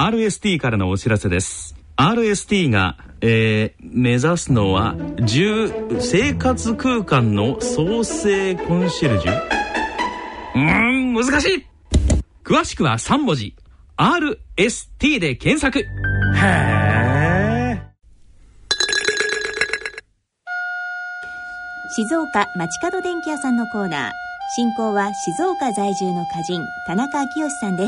RST からのお知らせです。 RST が、目指すのは生活空間の創生コンシェルジュ。難しい。詳しくは3文字 RST で検索。へー。 静岡街角電気屋さんのコーナー。進行は静岡在住の歌人田中昭義さんです。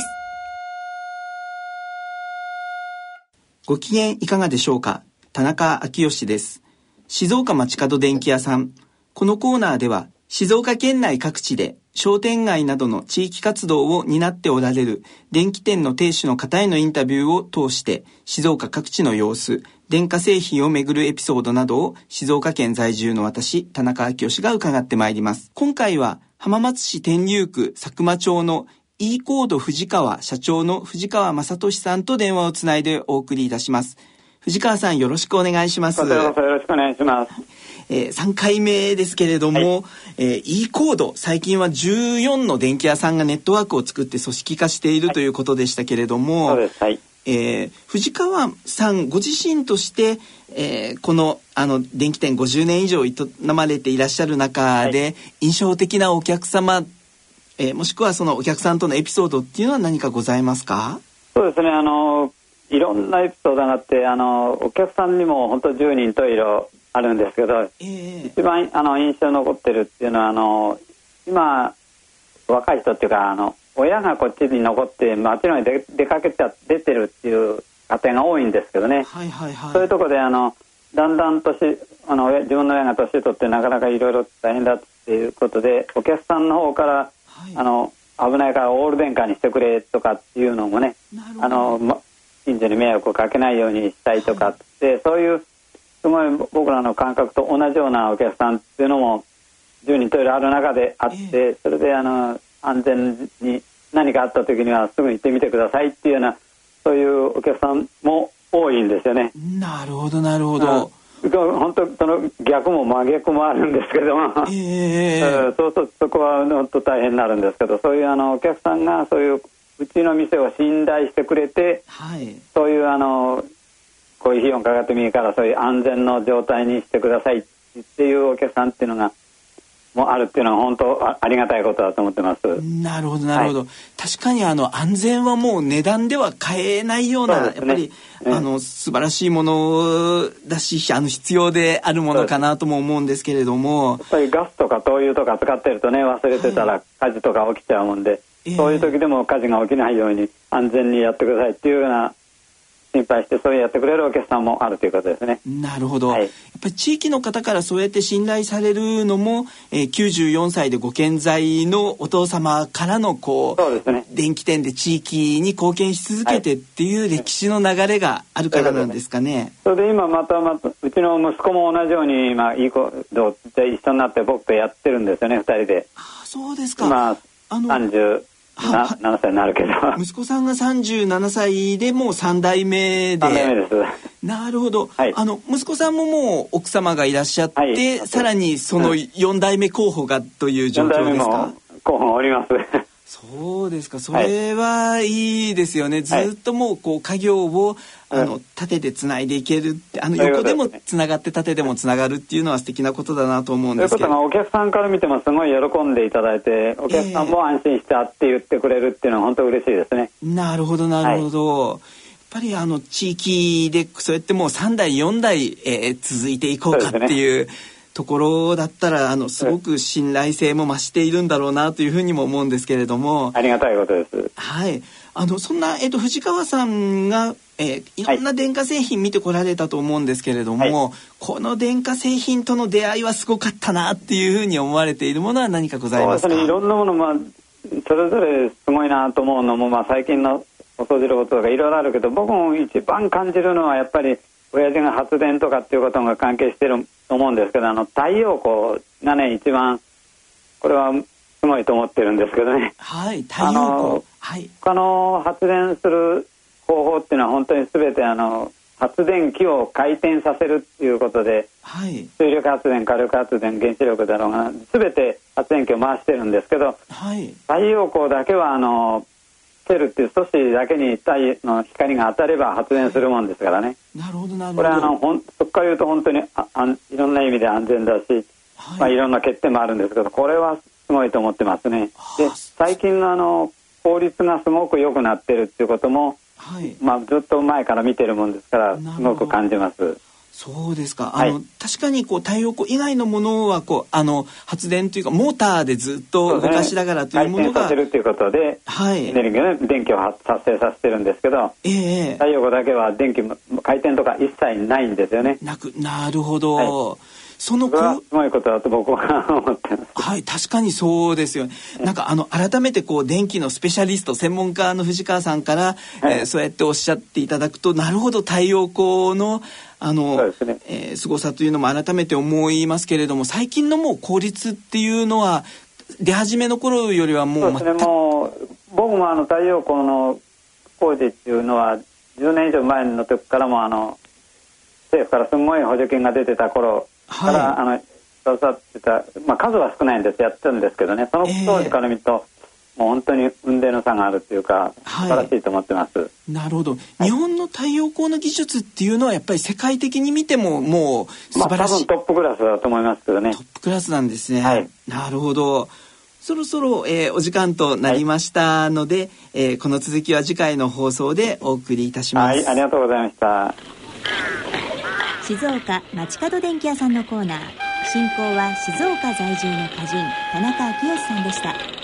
ご機嫌いかがでしょうか。田中昭義です。静岡街角電気屋さん。このコーナーでは静岡県内各地で商店街などの地域活動を担っておられる電気店の店主の方へのインタビューを通して静岡各地の様子、電化製品をめぐるエピソードなどを静岡県在住の私、田中昭義が伺ってまいります。今回は浜松市天竜区佐久間町の E コード藤川社長の藤川正俊さんと電話をつないでお送りいたします。藤川さん、よろしくお願いします。 こちらこそよろしくお願いします。 3回目ですけれども、E コード、最近は14の電気屋さんがネットワークを作って組織化しているということでしたけれども、 そうです。はい。 藤川さんご自身として、この電気店50年以上営まれていらっしゃる中で、印象的なお客様、もしくはそのお客さんとのエピソードっていうのは何かございますか？ そうですね、いろんなエピソードがあって、お客さんにも本当10人といろあるんですけど、一番印象に残ってるっていうのは今若い人っていうか親がこっちに残って街の方に出かけちゃ出てるっていう家庭が多いんですけどね、そういうところでだんだん自分の親が年を取ってなかなかいろいろ大変だっていうことで、お客さんの方から、危ないからオール電化にしてくれとかっていうのもね、近所に迷惑をかけないようにしたいとかって、そういうすごい僕らの感覚と同じようなお客さんっていうのも10人トイレある中であって、それで安全に何かあった時にはすぐ行ってみてくださいっていうような、そういうお客さんも多いんですよね。 なるほどなるほど。 本当その逆も真逆もあるんですけども、そうするとそこは本当大変になるんですけど、そういうお客さんがそういううちの店を信頼してくれて、そういうこういう費用かかってもいいからそういう安全の状態にしてくださいっていうお客さんっていうのがもあるっていうのは本当ありがたいことだと思ってます。 なるほどなるほど、確かに安全はもう値段では買えないような、やっぱり素晴らしいものだし必要であるものかなとも思うんですけれども、 やっぱりガスとか灯油とか使ってるとね、忘れてたら火事とか起きちゃうもんで、そういう時でも火事が起きないように安全にやってくださいっていうような心配して、そうやってくれるお客さんもあるということですね。 なるほど、やっぱり地域の方からそうやって信頼されるのも、94歳でご健在のお父様からのそうですね、 電気店で地域に貢献し続けてっていう歴史の流れがあるからなんですかね。 それで今またうちの息子も同じようにいい子と一緒になって僕とやってるんですよね、2人で。 そうですか。 今37歳になるけど、 息子さんが37歳でもう3代目で。 3代目です。 なるほど、息子さんももう奥様がいらっしゃって、さらにその4代目候補がという状況ですか？4代目も候補おります。 そうですか。それはいいですよね。ずっともう家業を縦でつないでいけるって、横でもつながって縦でもつながるっていうのは素敵なことだなと思うんですけど、 そういうことがお客さんから見てもすごい喜んでいただいて、お客さんも安心したって言ってくれるっていうのは本当嬉しいですね。 なるほどなるほど、やっぱり地域でそうやってもう3代4代、続いていこうかっていうところだったらすごく信頼性も増しているんだろうなというふうにも思うんですけれども。 ありがたいことです。 そんな、藤川さんが、いろんな電化製品見てこられたと思うんですけれども、この電化製品との出会いはすごかったなっていうふうに思われているものは何かございますか？ そうですね、いろんなもの、それぞれすごいなと思うのも、最近のお掃除ロボットとかいろいろあるけど、僕も一番感じるのはやっぱり親父が発電とかっていうことが関係してると思うんですけど、太陽光がね一番これはすごいと思ってるんですけどね。 太陽光、 他の発電する方法っていうのは本当に全て発電機を回転させるっていうことで、水力発電、火力発電、原子力だろうが全て発電機を回してるんですけど、太陽光だけはシェルっていう素子だけに太陽の光が当たれば発電するもんですからね。 なるほどなるほど。 これそこから言うと本当にいろんな意味で安全だし、いろんな欠点もあるんですけど、これはすごいと思ってますね。で最近の効率がすごく良くなってるっていうことも、ずっと前から見てるもんですからすごく感じます。 そうですか。確かに太陽光以外のものは発電というかモーターでずっと動かしながらというものが、 回転させるということで、エネルギー電気を発生させてるんですけど、太陽光だけは電気回転とか一切ないんですよね。 なるほど。 それはすごいことだと僕は思ってます。 確かにそうですよね。改めて電気のスペシャリスト専門家の藤川さんから、そうやっておっしゃっていただくと、なるほど、太陽光の凄さというのも改めて思いますけれども、最近のもう効率っていうのは出始めの頃よりはもうそうですね。もう僕も太陽光の工事っていうのは10年以上前の時からも政府からすごい補助金が出てた頃から携わってた、数は少ないんですやってるんですけどね、その当時から見ると、もう本当に雲泥の差があるっていうか、素晴らしいと思ってます。 なるほど。日本の太陽光の技術っていうのはやっぱり世界的に見てももう素晴らしい、 多分トップクラスだと思いますけどね。 トップクラスなんですね。なるほど。そろそろ、お時間となりましたので、この続きは次回の放送でお送りいたします。 ありがとうございました。 静岡街角電気屋さんのコーナー、進行は静岡在住の歌人田中昭義さんでした。